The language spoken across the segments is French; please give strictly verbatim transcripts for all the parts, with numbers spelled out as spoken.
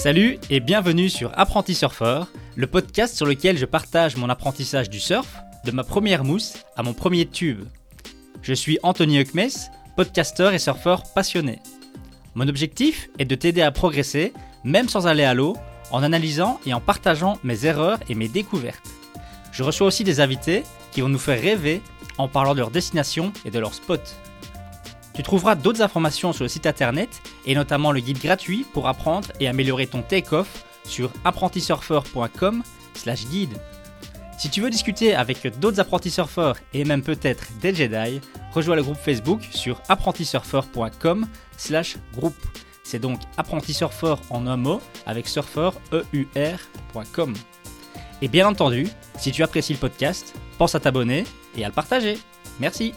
Salut et bienvenue sur Apprenti Surfeur, le podcast sur lequel je partage mon apprentissage du surf, de ma première mousse à mon premier tube. Je suis Anthony Huckmes, podcasteur et surfeur passionné. Mon objectif est de t'aider à progresser, même sans aller à l'eau, en analysant et en partageant mes erreurs et mes découvertes. Je reçois aussi des invités qui vont nous faire rêver en parlant de leur destination et de leur spot. Tu trouveras d'autres informations sur le site internet et notamment le guide gratuit pour apprendre et améliorer ton take-off sur apprentisurfeur point com slash guide. Si tu veux discuter avec d'autres apprentis surfeurs et même peut-être des Jedi, rejoins le groupe Facebook sur apprentisurfeur point com slash groupe. C'est donc apprentisurfeur en un mot avec surfeur e u r point com. Et bien entendu, si tu apprécies le podcast, pense à t'abonner et à le partager. Merci.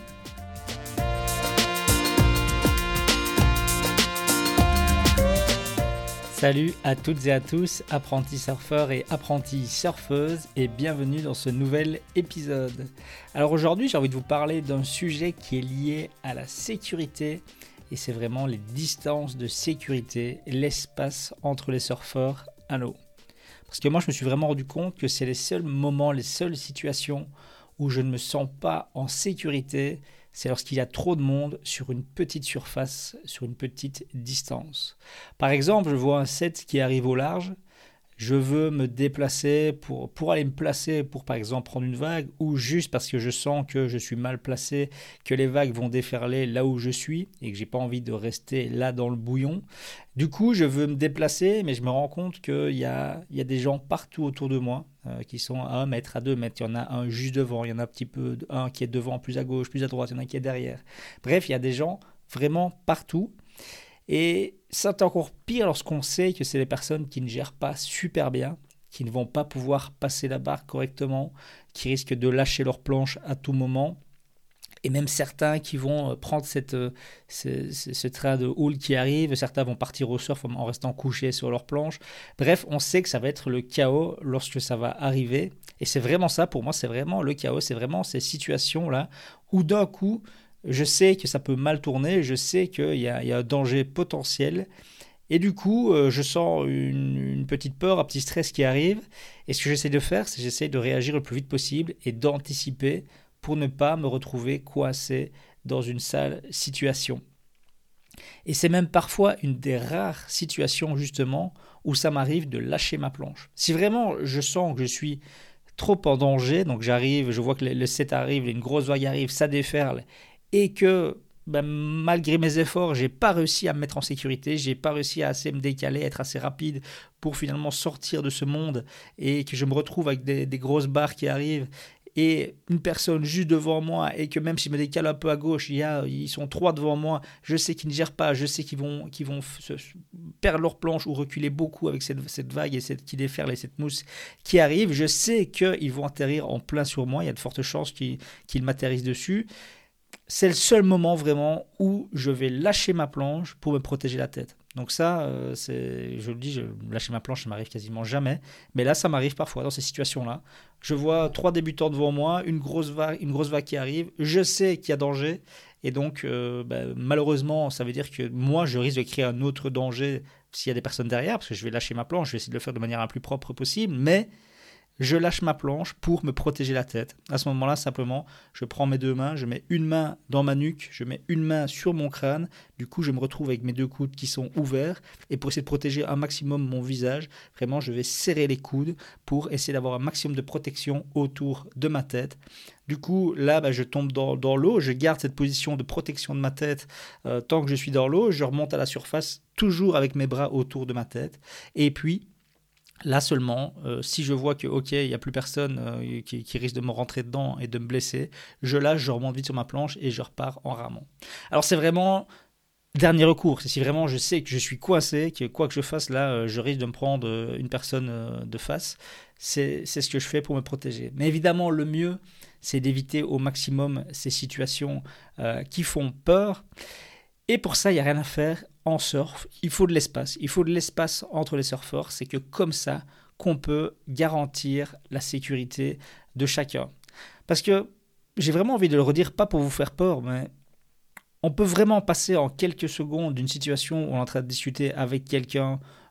Salut à toutes et à tous, apprentis surfeurs et apprentis surfeuses, et bienvenue dans ce nouvel épisode. Alors aujourd'hui, j'ai envie de vous parler d'un sujet qui est lié à la sécurité, et c'est vraiment les distances de sécurité, l'espace entre les surfeurs à l'eau. Parce que moi, je me suis vraiment rendu compte que c'est les seuls moments, les seules situations où je ne me sens pas en sécurité, c'est lorsqu'il y a trop de monde sur une petite surface, sur une petite distance. Par exemple, je vois un set qui arrive au large, je veux me déplacer pour, pour aller me placer, pour par exemple prendre une vague, ou juste parce que je sens que je suis mal placé, que les vagues vont déferler là où je suis, et que j'ai pas envie de rester là dans le bouillon. Du coup, je veux me déplacer, mais je me rends compte qu'il y a, il y a des gens partout autour de moi, euh, qui sont à un mètre, à deux mètres. Il y en a un juste devant, il y en a un petit peu, un qui est devant, plus à gauche, plus à droite, il y en a un qui est derrière. Bref, il y a des gens vraiment partout. Et ça, c'est encore pire lorsqu'on sait que c'est des personnes qui ne gèrent pas super bien, qui ne vont pas pouvoir passer la barre correctement, qui risquent de lâcher leur planche à tout moment. Et même certains qui vont prendre cette, ce, ce train de houle qui arrive, certains vont partir au surf en restant couchés sur leur planche. Bref, on sait que ça va être le chaos lorsque ça va arriver. Et c'est vraiment ça, pour moi, c'est vraiment le chaos. C'est vraiment ces situations-là où d'un coup, je sais que ça peut mal tourner, je sais qu'il y a, il y a un danger potentiel. Et du coup, euh, je sens une, une petite peur, un petit stress qui arrive. Et ce que j'essaie de faire, c'est que j'essaie de réagir le plus vite possible et d'anticiper pour ne pas me retrouver coincé dans une sale situation. Et c'est même parfois une des rares situations justement où ça m'arrive de lâcher ma planche. Si vraiment je sens que je suis trop en danger, donc j'arrive, je vois que le, le set arrive, une grosse vague arrive, ça déferle, et que ben, malgré mes efforts, j'ai pas réussi à me mettre en sécurité, j'ai pas réussi à assez me décaler, être assez rapide pour finalement sortir de ce monde, et que je me retrouve avec des, des grosses barres qui arrivent, et une personne juste devant moi, et que même si je me décale un peu à gauche, il y a, ils sont trois devant moi, je sais qu'ils ne gèrent pas, je sais qu'ils vont, qu'ils vont se, perdre leur planche ou reculer beaucoup avec cette, cette vague et cette, qui déferle et cette mousse qui arrive, je sais qu'ils vont atterrir en plein sur moi, il y a de fortes chances qu'ils, qu'ils m'atterrissent dessus. C'est le seul moment vraiment où je vais lâcher ma planche pour me protéger la tête. Donc ça, euh, c'est, je le dis, je, lâcher ma planche, ça m'arrive quasiment jamais. Mais là, ça m'arrive parfois dans ces situations-là. Je vois trois débutants devant moi, une grosse vague, une grosse vague qui arrive. Je sais qu'il y a danger. Et donc, euh, bah, malheureusement, ça veut dire que moi, je risque de créer un autre danger s'il y a des personnes derrière, parce que je vais lâcher ma planche, je vais essayer de le faire de manière la plus propre possible. Mais je lâche ma planche pour me protéger la tête. À ce moment-là, simplement, je prends mes deux mains, je mets une main dans ma nuque, je mets une main sur mon crâne. Du coup, je me retrouve avec mes deux coudes qui sont ouverts. Et pour essayer de protéger un maximum mon visage, vraiment, je vais serrer les coudes pour essayer d'avoir un maximum de protection autour de ma tête. Du coup, là, bah, je tombe dans, dans l'eau, je garde cette position de protection de ma tête euh, tant que je suis dans l'eau. Je remonte à la surface, toujours avec mes bras autour de ma tête. Et puis, là seulement, euh, si je vois que ok, il n'y a plus personne euh, qui, qui risque de me rentrer dedans et de me blesser, je lâche, je remonte vite sur ma planche et je repars en ramant. Alors c'est vraiment dernier recours, c'est si vraiment je sais que je suis coincé, que quoi que je fasse là, euh, je risque de me prendre euh, une personne euh, de face, c'est, c'est ce que je fais pour me protéger. Mais évidemment, le mieux, c'est d'éviter au maximum ces situations euh, qui font peur. Et pour ça, il n'y a rien à faire en surf. Il faut de l'espace. Il faut de l'espace entre les surfeurs. C'est que comme ça qu'on peut garantir la sécurité de chacun. Parce que j'ai vraiment envie de le redire, pas pour vous faire peur, mais on peut vraiment passer en quelques secondes d'une situation où on est en train de discuter avec quelqu'un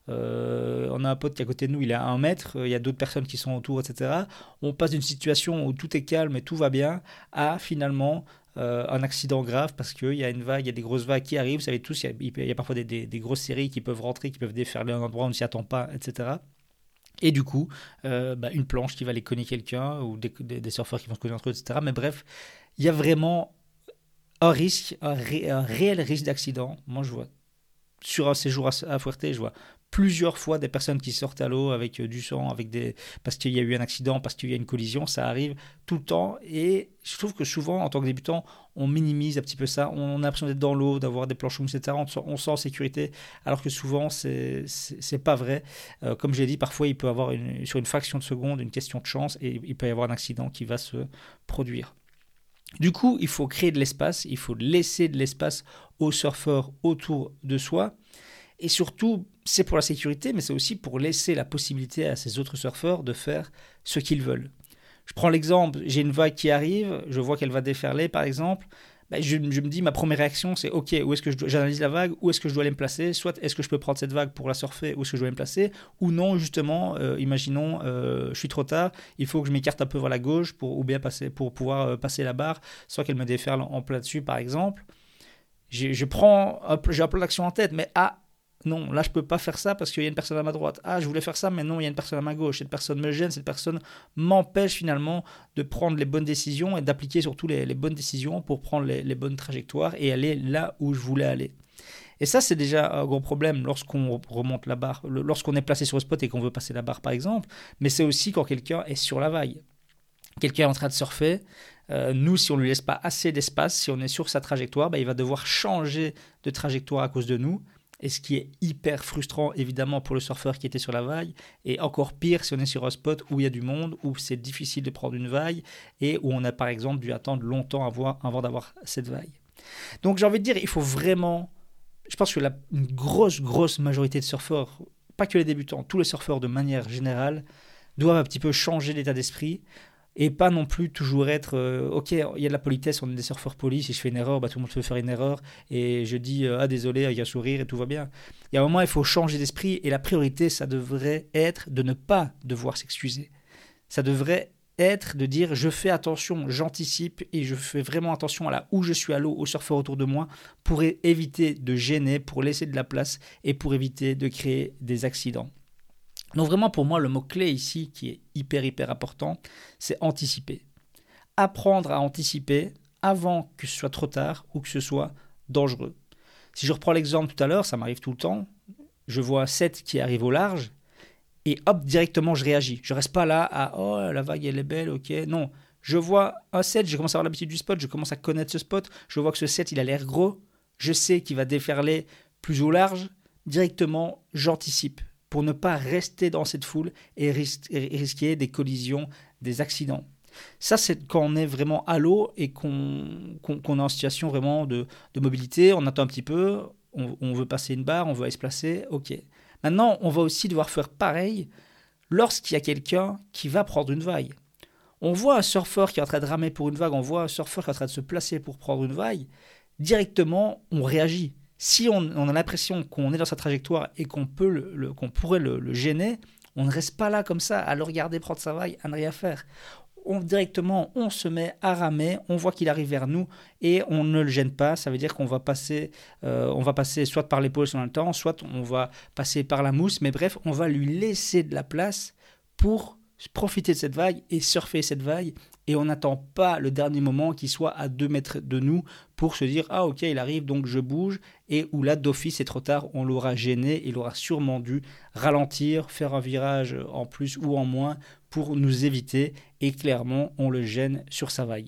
euh, on a un pote qui est à côté de nous, il est à un mètre, il y a d'autres personnes qui sont autour, et cetera. On passe d'une situation où tout est calme et tout va bien à finalement euh, un accident grave parce qu'il y a une vague, il y a des grosses vagues qui arrivent, vous savez tous, il y a, il y a parfois des, des, des grosses séries qui peuvent rentrer, qui peuvent déferler à un endroit où on ne s'y attend pas, et cetera. Et du coup, euh, bah, une planche qui va aller cogner quelqu'un ou des, des, des surfeurs qui vont se cogner entre eux, et cetera. Mais bref, il y a vraiment un risque, un, ré, un réel risque d'accident. Moi, je vois sur un séjour à, à Fuerte, je vois plusieurs fois des personnes qui sortent à l'eau avec euh, du sang, avec des... parce qu'il y a eu un accident, parce qu'il y a une collision, ça arrive tout le temps. Et je trouve que souvent, en tant que débutant, on minimise un petit peu ça. On a l'impression d'être dans l'eau, d'avoir des planches, et cetera. On, on sent en sécurité, alors que souvent, c'est, c'est, c'est pas vrai. Euh, comme j'ai dit, parfois, il peut y avoir une, sur une fraction de seconde une question de chance et il peut y avoir un accident qui va se produire. Du coup, il faut créer de l'espace, il faut laisser de l'espace aux surfeurs autour de soi. Et surtout, c'est pour la sécurité, mais c'est aussi pour laisser la possibilité à ces autres surfeurs de faire ce qu'ils veulent. Je prends l'exemple, j'ai une vague qui arrive, je vois qu'elle va déferler par exemple. Ben je, je me dis, ma première réaction, c'est ok, où est-ce que je dois, j'analyse la vague, où est-ce que je dois aller me placer, soit est-ce que je peux prendre cette vague pour la surfer, où est-ce que je dois aller me placer, ou non, justement, euh, imaginons, euh, je suis trop tard, il faut que je m'écarte un peu vers la gauche pour, ou bien passer, pour pouvoir euh, passer la barre, soit qu'elle me déferle en plein dessus, par exemple. J'ai, je prends, un, j'ai un plan d'action en tête, mais ah, non, là je peux pas faire ça parce qu'il y a une personne à ma droite. Ah, je voulais faire ça, mais non, il y a une personne à ma gauche. Cette personne me gêne, cette personne m'empêche finalement de prendre les bonnes décisions et d'appliquer surtout les, les bonnes décisions pour prendre les, les bonnes trajectoires et aller là où je voulais aller. Et ça, c'est déjà un gros problème lorsqu'on remonte la barre, lorsqu'on est placé sur le spot et qu'on veut passer la barre par exemple, mais c'est aussi quand quelqu'un est sur la vague. Quelqu'un est en train de surfer, euh, nous, si on ne lui laisse pas assez d'espace, si on est sur sa trajectoire, bah, il va devoir changer de trajectoire à cause de nous. Et ce qui est hyper frustrant, évidemment, pour le surfeur qui était sur la vague, et encore pire si on est sur un spot où il y a du monde, où c'est difficile de prendre une vague, et où on a par exemple dû attendre longtemps avant, avant d'avoir cette vague. Donc j'ai envie de dire, il faut vraiment... Je pense que la une grosse, grosse majorité de surfeurs, pas que les débutants, tous les surfeurs de manière générale, doivent un petit peu changer d'état d'esprit, et pas non plus toujours être euh, ok, il y a de la politesse, on est des surfeurs polis, si je fais une erreur, bah, tout le monde peut faire une erreur et je dis euh, ah désolé avec un sourire et tout va bien. Il y a un moment, il faut changer d'esprit et la priorité, ça devrait être de ne pas devoir s'excuser. Ça devrait être de dire je fais attention, j'anticipe et je fais vraiment attention à là où je suis à l'eau, aux surfeurs autour de moi pour éviter de gêner, pour laisser de la place et pour éviter de créer des accidents. Donc vraiment pour moi le mot-clé ici qui est hyper hyper important, c'est anticiper. Apprendre à anticiper avant que ce soit trop tard ou que ce soit dangereux. Si je reprends l'exemple tout à l'heure, ça m'arrive tout le temps, je vois un set qui arrive au large et hop, directement je réagis. Je ne reste pas là à oh la vague elle est belle, ok, non. Je vois un set, je commence à avoir l'habitude du spot, je commence à connaître ce spot, je vois que ce set il a l'air gros, je sais qu'il va déferler plus au large, directement j'anticipe. Pour ne pas rester dans cette foule et, ris- et risquer des collisions, des accidents. Ça, c'est quand on est vraiment à l'eau et qu'on, qu'on, qu'on est en situation vraiment de, de mobilité, on attend un petit peu, on, on veut passer une barre, on veut aller se placer, ok. Maintenant, on va aussi devoir faire pareil lorsqu'il y a quelqu'un qui va prendre une vague. On voit un surfeur qui est en train de ramer pour une vague, on voit un surfeur qui est en train de se placer pour prendre une vague, directement, on réagit. Si on, on a l'impression qu'on est dans sa trajectoire et qu'on, peut le, le, qu'on pourrait le, le gêner, on ne reste pas là comme ça à le regarder prendre sa vague, à ne rien faire. On, directement, on se met à ramer, on voit qu'il arrive vers nous et on ne le gêne pas. Ça veut dire qu'on va passer, euh, on va passer soit par l'épaule si on a le temps, soit on va passer par la mousse. Mais bref, on va lui laisser de la place pour profiter de cette vague et surfer cette vague. Et on n'attend pas le dernier moment qu'il soit à deux mètres de nous pour se dire « Ah ok, il arrive, donc je bouge » et où là, d'office, c'est trop tard, on l'aura gêné, il aura sûrement dû ralentir, faire un virage en plus ou en moins pour nous éviter et clairement, on le gêne sur sa vague.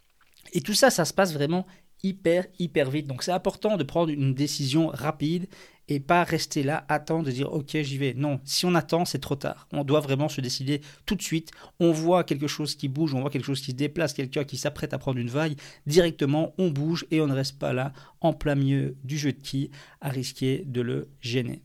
Et tout ça, ça se passe vraiment hyper, hyper vite. Donc c'est important de prendre une décision rapide et pas rester là, attendre, de dire ok j'y vais. Non, si on attend, c'est trop tard. On doit vraiment se décider tout de suite. On voit quelque chose qui bouge, on voit quelque chose qui se déplace, quelqu'un qui s'apprête à prendre une vague, directement on bouge et on ne reste pas là en plein milieu du jeu de quilles à risquer de le gêner.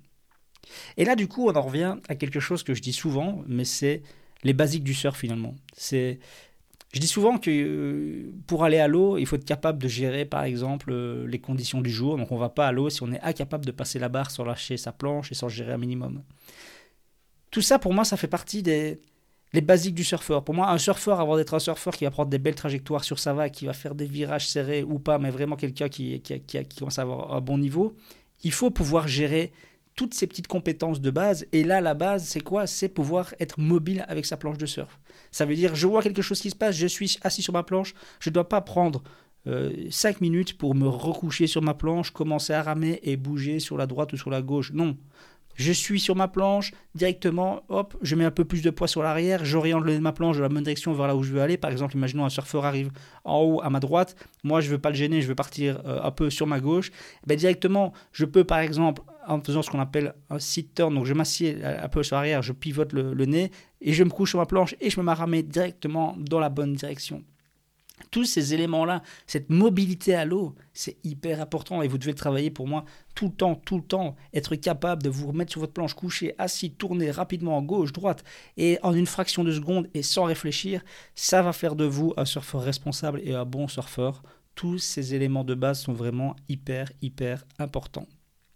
Et là du coup on en revient à quelque chose que je dis souvent, mais c'est les basiques du surf finalement. C'est Je dis souvent que euh, pour aller à l'eau, il faut être capable de gérer par exemple euh, les conditions du jour. Donc on ne va pas à l'eau si on est incapable de passer la barre sans lâcher sa planche et sans gérer un minimum. Tout ça pour moi ça fait partie des les basiques du surfeur. Pour moi un surfeur, avant d'être un surfeur qui va prendre des belles trajectoires sur sa vague, qui va faire des virages serrés ou pas, mais vraiment quelqu'un qui, qui, qui, qui commence à avoir un bon niveau, il faut pouvoir gérer toutes ces petites compétences de base. Et là, la base, c'est quoi? C'est pouvoir être mobile avec sa planche de surf. Ça veut dire, je vois quelque chose qui se passe, je suis assis sur ma planche, je ne dois pas prendre euh, cinq minutes pour me recoucher sur ma planche, commencer à ramer et bouger sur la droite ou sur la gauche. Non. Je suis sur ma planche, directement, hop, je mets un peu plus de poids sur l'arrière, j'oriente ma planche de la bonne direction vers là où je veux aller. Par exemple, imaginons un surfeur arrive en haut à ma droite, moi je ne veux pas le gêner, je veux partir euh, un peu sur ma gauche. Ben, directement, je peux par exemple, en faisant ce qu'on appelle un sit turn, donc je m'assieds un peu sur l'arrière, je pivote le, le nez et je me couche sur ma planche et je me mets à ramer directement dans la bonne direction. Tous ces éléments-là, cette mobilité à l'eau, c'est hyper important et vous devez travailler pour moi tout le temps, tout le temps, être capable de vous remettre sur votre planche, coucher, assis, tourner rapidement à gauche, droite et en une fraction de seconde et sans réfléchir, ça va faire de vous un surfeur responsable et un bon surfeur. Tous ces éléments de base sont vraiment hyper, hyper importants.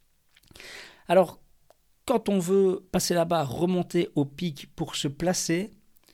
Alors, quand on veut passer la barre, remonter au pic pour se placer,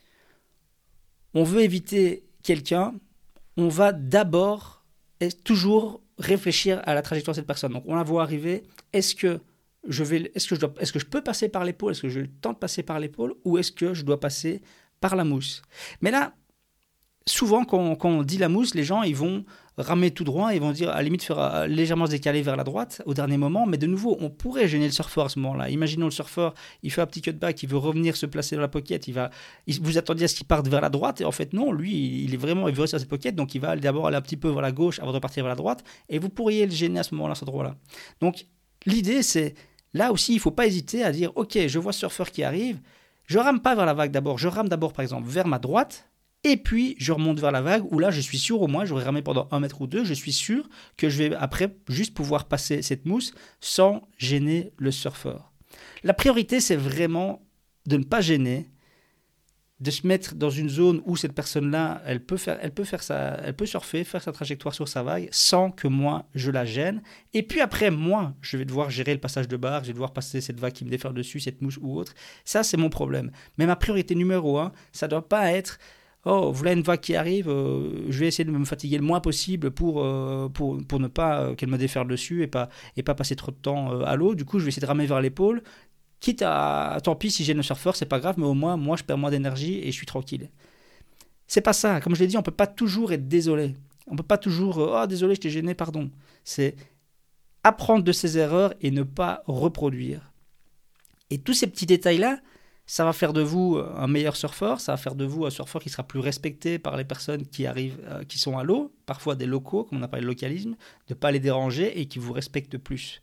on veut éviter quelqu'un. On va d'abord et toujours réfléchir à la trajectoire de cette personne. Donc on la voit arriver, est-ce que je vais, est-ce que je dois, est-ce que je peux passer par l'épaule, est-ce que je tente de passer par l'épaule, ou est-ce que je dois passer par la mousse? Mais là, souvent quand on, quand on dit la mousse, les gens ils vont ramer tout droit, ils vont dire à la limite faire légèrement se décaler vers la droite au dernier moment, mais de nouveau on pourrait gêner le surfeur à ce moment-là. Imaginons le surfeur, il fait un petit cutback, il veut revenir se placer dans la pocket, il va, il, vous attendiez à ce qu'il parte vers la droite et en fait non, lui il est vraiment, il veut rester dans cette pocket, donc il va d'abord aller un petit peu vers la gauche avant de partir vers la droite et vous pourriez le gêner à ce moment-là, à cet endroit-là. Donc l'idée c'est, là aussi il ne faut pas hésiter à dire ok, je vois ce surfeur qui arrive, je rame pas vers la vague d'abord, je rame d'abord par exemple vers ma droite. Et puis, je remonte vers la vague où là, je suis sûr, au moins, j'aurais ramé pendant un mètre ou deux, je suis sûr que je vais après juste pouvoir passer cette mousse sans gêner le surfeur. La priorité, c'est vraiment de ne pas gêner, de se mettre dans une zone où cette personne-là, elle peut faire, elle peut faire sa, elle peut surfer, faire sa trajectoire sur sa vague sans que moi, je la gêne. Et puis après, moi, je vais devoir gérer le passage de barre, je vais devoir passer cette vague qui me déferle dessus, cette mousse ou autre. Ça, c'est mon problème. Mais ma priorité numéro un, ça ne doit pas être... Oh, voilà une vague qui arrive, euh, je vais essayer de me fatiguer le moins possible pour, euh, pour, pour ne pas euh, qu'elle me déferle dessus et pas, et pas passer trop de temps euh, à l'eau. Du coup, je vais essayer de ramer vers l'épaule. Quitte à, tant pis si j'ai le surfeur, c'est pas grave, mais au moins, moi, je perds moins d'énergie et je suis tranquille. C'est pas ça. Comme je l'ai dit, on peut pas toujours être désolé. On peut pas toujours, euh, oh, désolé, je t'ai gêné, pardon. C'est apprendre de ses erreurs et ne pas reproduire. Et tous ces petits détails-là, ça va faire de vous un meilleur surfeur, ça va faire de vous un surfeur qui sera plus respecté par les personnes qui arrivent, euh, qui sont à l'eau, parfois des locaux, comme on appelle le localisme, de ne pas les déranger et qui vous respectent plus.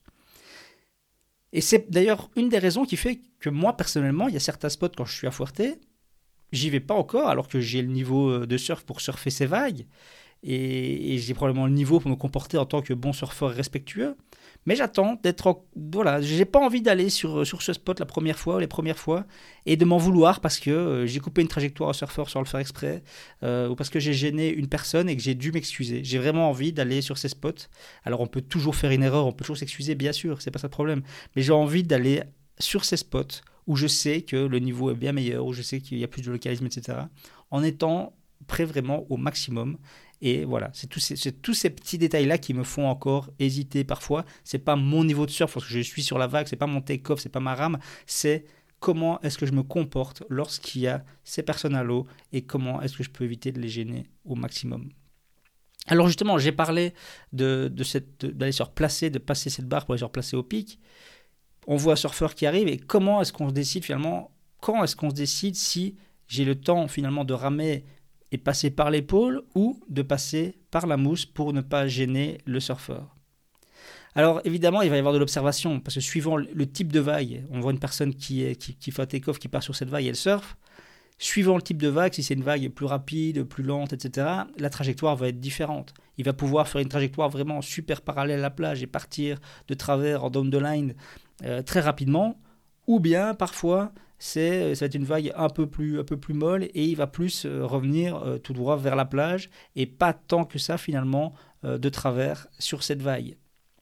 Et c'est d'ailleurs une des raisons qui fait que moi, personnellement, il y a certains spots quand je suis à Fuerte, j'y vais pas encore alors que j'ai le niveau de surf pour surfer ces vagues et, et j'ai probablement le niveau pour me comporter en tant que bon surfeur respectueux. Mais j'attends d'être... En... Voilà, j'ai pas envie d'aller sur, sur ce spot la première fois ou les premières fois et de m'en vouloir parce que euh, j'ai coupé une trajectoire au surfeur sans le faire exprès euh, ou parce que j'ai gêné une personne et que j'ai dû m'excuser. J'ai vraiment envie d'aller sur ces spots. Alors on peut toujours faire une erreur, on peut toujours s'excuser, bien sûr, c'est pas ça le problème. Mais j'ai envie d'aller sur ces spots où je sais que le niveau est bien meilleur, où je sais qu'il y a plus de localisme, et cetera. En étant prêt vraiment au maximum. Et voilà, c'est tous ces, c'est tous ces petits détails-là qui me font encore hésiter parfois. C'est pas mon niveau de surf parce que je suis sur la vague, c'est pas mon take-off, c'est pas ma rame, c'est comment est-ce que je me comporte lorsqu'il y a ces personnes à l'eau et comment est-ce que je peux éviter de les gêner au maximum. Alors justement, j'ai parlé de, de cette, d'aller se replacer, de passer cette barre pour aller se replacer au pic. On voit un surfeur qui arrive et comment est-ce qu'on se décide finalement, quand est-ce qu'on se décide si j'ai le temps finalement de ramer et passer par l'épaule ou de passer par la mousse pour ne pas gêner le surfeur. Alors évidemment, il va y avoir de l'observation parce que suivant le type de vague, on voit une personne qui, est, qui, qui fait un take-off, qui part sur cette vague et elle surfe. Suivant le type de vague, si c'est une vague plus rapide, plus lente, et cetera, la trajectoire va être différente. Il va pouvoir faire une trajectoire vraiment super parallèle à la plage et partir de travers en down the line euh, très rapidement. Ou bien, parfois, c'est, ça va être une vague un peu plus, un peu plus molle et il va plus euh, revenir euh, tout droit vers la plage et pas tant que ça, finalement, euh, de travers sur cette vague.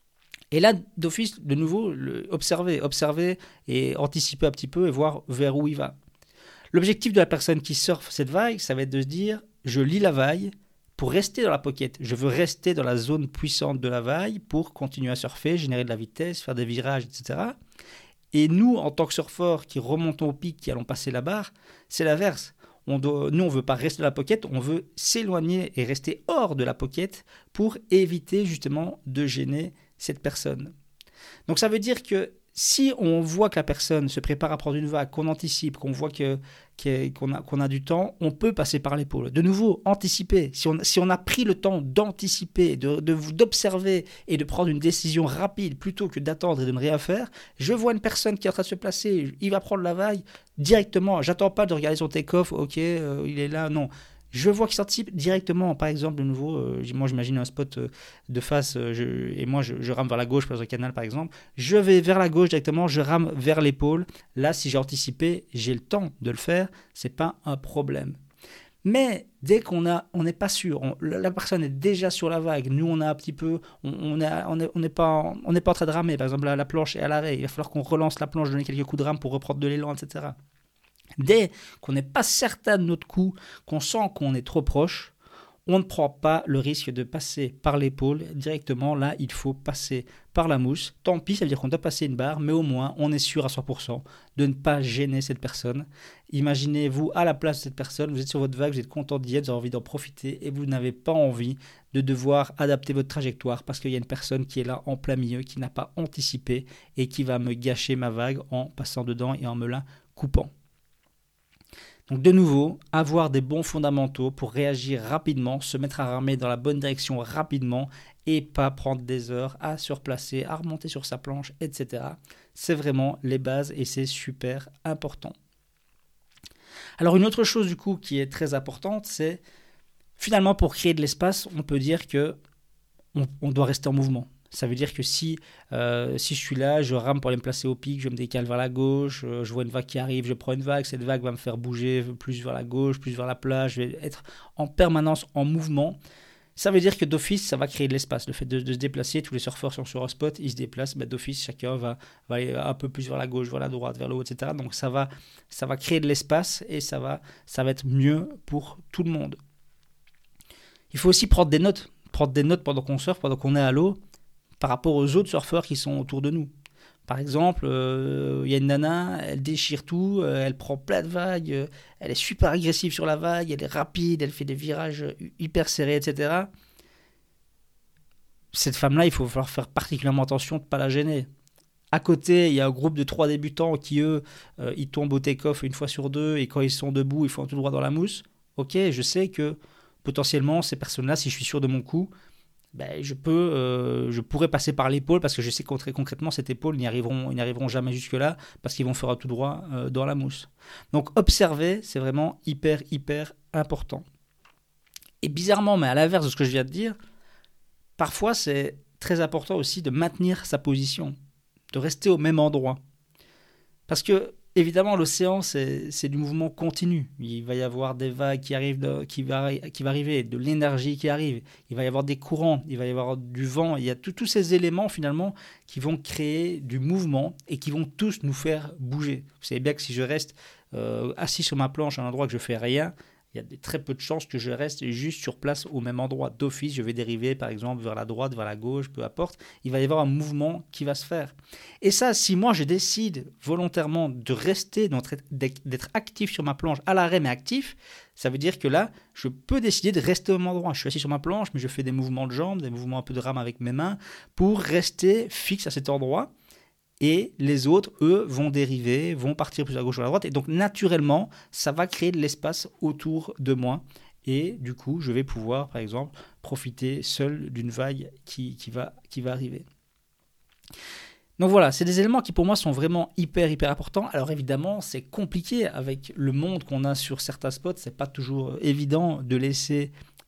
Et là, d'office, de nouveau, le, observer, observer et anticiper un petit peu et voir vers où il va. L'objectif de la personne qui surfe cette vague, ça va être de se dire, je lis la vague pour rester dans la pocket. Je veux rester dans la zone puissante de la vague pour continuer à surfer, générer de la vitesse, faire des virages, et cetera. Et nous, en tant que surfeurs qui remontons au pic, qui allons passer la barre, c'est l'inverse. On doit, nous, on ne veut pas rester dans la pocket, on veut s'éloigner et rester hors de la pocket pour éviter justement de gêner cette personne. Donc ça veut dire que si on voit que la personne se prépare à prendre une vague, qu'on anticipe, qu'on voit que, qu'on, a, qu'on a du temps, on peut passer par l'épaule. De nouveau, anticiper. Si on, si on a pris le temps d'anticiper, de, de, d'observer et de prendre une décision rapide plutôt que d'attendre et de ne rien faire, je vois une personne qui est en train de se placer, il va prendre la vague directement. J'attends pas de regarder son take-off, ok, euh, il est là, non. Je vois qu'il s'anticipe directement. Par exemple, de nouveau, euh, moi j'imagine un spot euh, de face euh, je, et moi je, je rame vers la gauche dans un canal par exemple. Je vais vers la gauche directement, je rame vers l'épaule. Là, si j'ai anticipé, j'ai le temps de le faire. C'est pas un problème. Mais dès qu'on a, on n'est pas sûr, on, la personne est déjà sur la vague. Nous, on a un petit peu, on on n'est on est, on est pas, on n'est pas en train de ramer. Par exemple, la, la planche est à l'arrêt. Il va falloir qu'on relance la planche, donner quelques coups de rame pour reprendre de l'élan, et cetera. Dès qu'on n'est pas certain de notre coup, qu'on sent qu'on est trop proche, on ne prend pas le risque de passer par l'épaule directement. Là, il faut passer par la mousse. Tant pis, ça veut dire qu'on doit passer une barre, mais au moins, on est sûr à cent pour cent de ne pas gêner cette personne. Imaginez-vous à la place de cette personne, vous êtes sur votre vague, vous êtes content d'y être, vous avez envie d'en profiter et vous n'avez pas envie de devoir adapter votre trajectoire parce qu'il y a une personne qui est là en plein milieu, qui n'a pas anticipé et qui va me gâcher ma vague en passant dedans et en me la coupant. Donc de nouveau, avoir des bons fondamentaux pour réagir rapidement, se mettre à ramer dans la bonne direction rapidement et pas prendre des heures à surplacer, à remonter sur sa planche, et cetera. C'est vraiment les bases et c'est super important. Alors une autre chose du coup qui est très importante, c'est finalement pour créer de l'espace, on peut dire que on, on doit rester en mouvement. Ça veut dire que si, euh, si je suis là, je rame pour aller me placer au pic, je me décale vers la gauche, euh, je vois une vague qui arrive, je prends une vague, cette vague va me faire bouger plus vers la gauche, plus vers la plage, je vais être en permanence en mouvement. Ça veut dire que d'office, ça va créer de l'espace. Le fait de, de se déplacer, tous les surfeurs sont sur un spot, ils se déplacent, bah, d'office, chacun va, va aller un peu plus vers la gauche, vers la droite, vers le haut, et cetera. Donc ça va, ça va créer de l'espace et ça va, ça va être mieux pour tout le monde. Il faut aussi prendre des notes, prendre des notes pendant qu'on surfe, pendant qu'on est à l'eau, par rapport aux autres surfeurs qui sont autour de nous. Par exemple, il euh, y a une nana, elle déchire tout, euh, elle prend plein de vagues, euh, elle est super agressive sur la vague, elle est rapide, elle fait des virages hyper serrés, et cetera. Cette femme-là, il faut falloir faire particulièrement attention de ne pas la gêner. À côté, il y a un groupe de trois débutants qui, eux, euh, ils tombent au take-off une fois sur deux et quand ils sont debout, ils font tout droit dans la mousse. Ok, je sais que potentiellement, ces personnes-là, si je suis sûr de mon coup, ben, je, peux, euh, je pourrais passer par l'épaule parce que je sais que très concrètement, cette épaule, ils n'y arriveront, ils n'y arriveront jamais jusque-là parce qu'ils vont faire un tout droit euh, dans la mousse. Donc, observer, c'est vraiment hyper, hyper important. Et bizarrement, mais à l'inverse de ce que je viens de dire, parfois, c'est très important aussi de maintenir sa position, de rester au même endroit. Parce que, évidemment, l'océan, c'est, c'est du mouvement continu. Il va y avoir des vagues qui arrivent, de, qui, va, qui va arriver, de l'énergie qui arrive. Il va y avoir des courants, il va y avoir du vent. Il y a tout, tous ces éléments, finalement, qui vont créer du mouvement et qui vont tous nous faire bouger. Vous savez bien que si je reste euh, assis sur ma planche à un endroit que je ne fais rien, il y a des, très peu de chances que je reste juste sur place au même endroit. D'office, je vais dériver, par exemple, vers la droite, vers la gauche, peu importe. Il va y avoir un mouvement qui va se faire. Et ça, si moi, je décide volontairement de rester, d'être actif sur ma planche, à l'arrêt, mais actif, ça veut dire que là, je peux décider de rester au même endroit. Je suis assis sur ma planche, mais je fais des mouvements de jambes, des mouvements un peu de rame avec mes mains, pour rester fixe à cet endroit. Et les autres, eux, vont dériver, vont partir plus à gauche ou à droite. Et donc, naturellement, ça va créer de l'espace autour de moi. Et du coup, je vais pouvoir, par exemple, profiter seul d'une vague qui, qui, va, qui va arriver. Donc voilà, c'est des éléments qui pour moi sont vraiment hyper, hyper importants. Alors évidemment, c'est compliqué avec le monde qu'on a sur certains spots. C'est pas toujours évident de laisser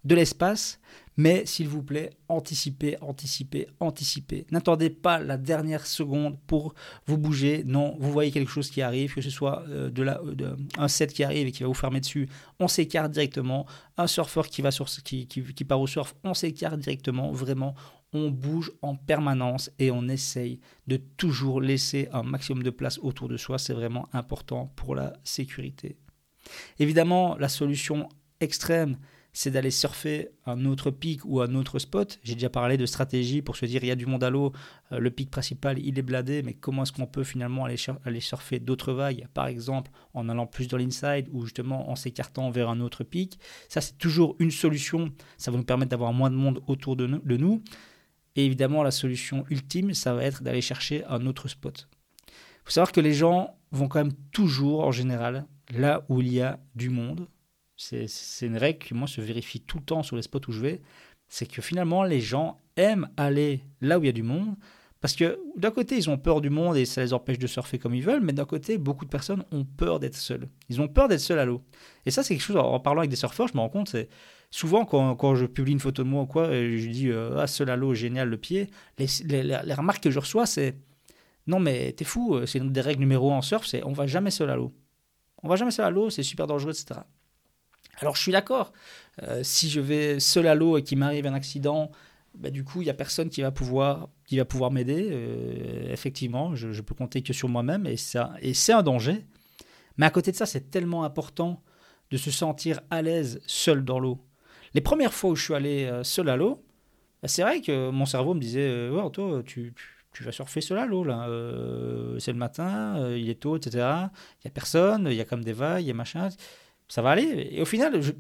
de l'espace, mais s'il vous plaît, anticipez, anticipez, anticipez. N'attendez pas la dernière seconde pour vous bouger. Non, vous voyez quelque chose qui arrive, que ce soit euh, de la, de, un set qui arrive et qui va vous fermer dessus, on s'écarte directement. Un surfeur qui, va sur, qui, qui, qui part au surf, on s'écarte directement. Vraiment, on bouge en permanence et on essaye de toujours laisser un maximum de place autour de soi. C'est vraiment important pour la sécurité. Évidemment, la solution extrême, c'est d'aller surfer un autre pic ou un autre spot. J'ai déjà parlé de stratégie pour se dire il y a du monde à l'eau, euh, le pic principal il est bladé, mais comment est-ce qu'on peut finalement aller, ch- aller surfer d'autres vagues, par exemple en allant plus dans l'inside ou justement en s'écartant vers un autre pic. Ça c'est toujours une solution, ça va nous permettre d'avoir moins de monde autour de nous. De nous. Et évidemment la solution ultime, ça va être d'aller chercher un autre spot. Il faut savoir que les gens vont quand même toujours en général là où il y a du monde. C'est, c'est une règle qui, moi, se vérifie tout le temps sur les spots où je vais. C'est que finalement, les gens aiment aller là où il y a du monde parce que d'un côté, ils ont peur du monde et ça les empêche de surfer comme ils veulent, mais d'un côté, beaucoup de personnes ont peur d'être seules. Ils ont peur d'être seuls à l'eau. Et ça, c'est quelque chose, en parlant avec des surfeurs, je me rends compte, c'est souvent quand, quand je publie une photo de moi ou quoi, et je dis euh, « Ah, seul à l'eau, génial, le pied », les, les, les remarques que je reçois, c'est « Non, mais t'es fou, c'est une des règles numéro un en surf, c'est on va jamais seul à l'eau. On va jamais seul à l'eau, c'est super dangereux, et cetera » Alors je suis d'accord, euh, si je vais seul à l'eau et qu'il m'arrive un accident, bah, du coup il n'y a personne qui va pouvoir, qui va pouvoir m'aider. Euh, effectivement, je, je peux compter que sur moi-même et, ça, et c'est un danger. Mais à côté de ça, c'est tellement important de se sentir à l'aise seul dans l'eau. Les premières fois où je suis allé euh, seul à l'eau, bah, c'est vrai que mon cerveau me disait euh, « Ouais, Anto, tu, tu, tu vas surfer seul à l'eau, là. Euh, c'est le matin, euh, il est tôt, et cetera. Il n'y a personne, il y a comme des vagues, il y a machin. » Ça va aller. Et au final, je,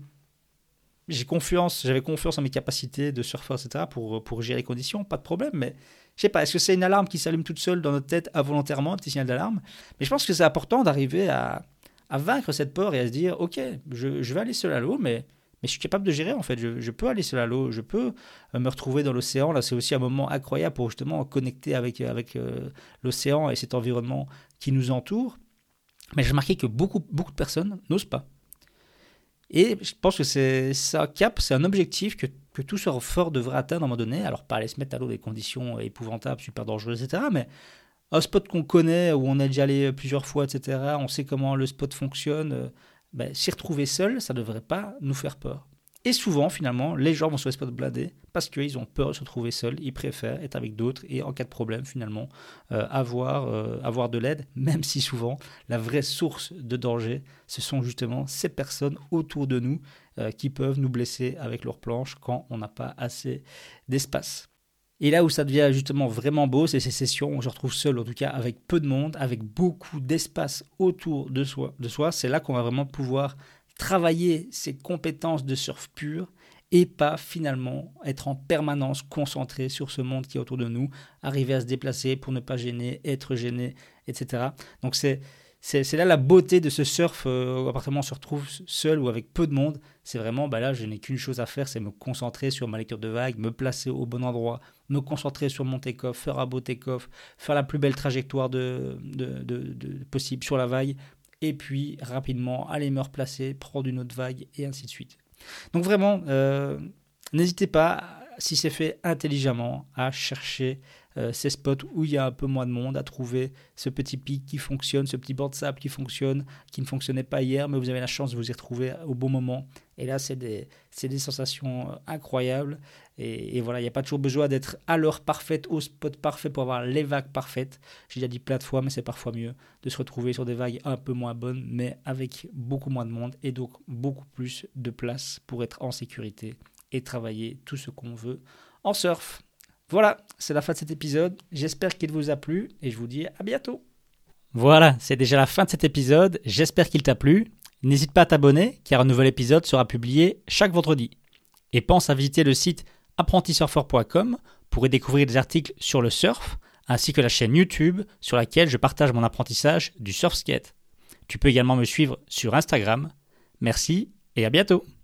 j'ai confiance, j'avais confiance en mes capacités de surfeur, et cetera, pour, pour gérer les conditions, pas de problème. Mais je sais pas, est-ce que c'est une alarme qui s'allume toute seule dans notre tête involontairement, un petit signal d'alarme? Mais je pense que c'est important d'arriver à, à vaincre cette peur et à se dire, ok, je, je vais aller seul à l'eau, mais, mais je suis capable de gérer en fait. Je, je peux aller seul à l'eau, je peux me retrouver dans l'océan. Là, c'est aussi un moment incroyable pour justement connecter avec, avec euh, l'océan et cet environnement qui nous entoure. Mais j'ai remarqué que beaucoup, beaucoup de personnes n'osent pas. Et je pense que c'est ça, cap, c'est un objectif que, que tout surfeur devrait atteindre à un moment donné. Alors, pas aller se mettre à l'eau dans des conditions épouvantables, super dangereuses, et cetera. Mais un spot qu'on connaît, où on est déjà allé plusieurs fois, et cetera. On sait comment le spot fonctionne. Ben, s'y retrouver seul, ça ne devrait pas nous faire peur. Et souvent, finalement, les gens vont sur les spots blindés parce qu'ils ont peur de se retrouver seuls. Ils préfèrent être avec d'autres et en cas de problème, finalement, euh, avoir, euh, avoir de l'aide, même si souvent, la vraie source de danger, ce sont justement ces personnes autour de nous euh, qui peuvent nous blesser avec leur planche quand on n'a pas assez d'espace. Et là où ça devient justement vraiment beau, c'est ces sessions où on se retrouve seul, en tout cas avec peu de monde, avec beaucoup d'espace autour de soi. De soi. C'est là qu'on va vraiment pouvoir travailler ses compétences de surf pur et pas finalement être en permanence concentré sur ce monde qui est autour de nous, arriver à se déplacer pour ne pas gêner, être gêné, et cetera. Donc c'est, c'est, c'est là la beauté de ce surf, euh, à partir du moment où on se retrouve seul ou avec peu de monde, c'est vraiment, bah là je n'ai qu'une chose à faire, c'est me concentrer sur ma lecture de vagues, me placer au bon endroit, me concentrer sur mon take-off, faire un beau take-off, faire la plus belle trajectoire de, de, de, de possible sur la vague, et puis rapidement aller me replacer, prendre une autre vague, et ainsi de suite. Donc vraiment, euh, n'hésitez pas, si c'est fait intelligemment, à chercher euh, ces spots où il y a un peu moins de monde, à trouver ce petit pic qui fonctionne, ce petit banc de sable qui fonctionne, qui ne fonctionnait pas hier, mais vous avez la chance de vous y retrouver au bon moment. Et là, c'est des, c'est des sensations incroyables. Et, et voilà, il n'y a pas toujours besoin d'être à l'heure parfaite, au spot parfait pour avoir les vagues parfaites. J'ai déjà dit plein de fois, mais c'est parfois mieux de se retrouver sur des vagues un peu moins bonnes, mais avec beaucoup moins de monde et donc beaucoup plus de place pour être en sécurité et travailler tout ce qu'on veut en surf. Voilà, c'est la fin de cet épisode. J'espère qu'il vous a plu et je vous dis à bientôt. Voilà, c'est déjà la fin de cet épisode. J'espère qu'il t'a plu. N'hésite pas à t'abonner car un nouvel épisode sera publié chaque vendredi. Et pense à visiter le site apprenti surfeur point com pour y découvrir des articles sur le surf ainsi que la chaîne YouTube sur laquelle je partage mon apprentissage du surf skate. Tu peux également me suivre sur Instagram. Merci et à bientôt.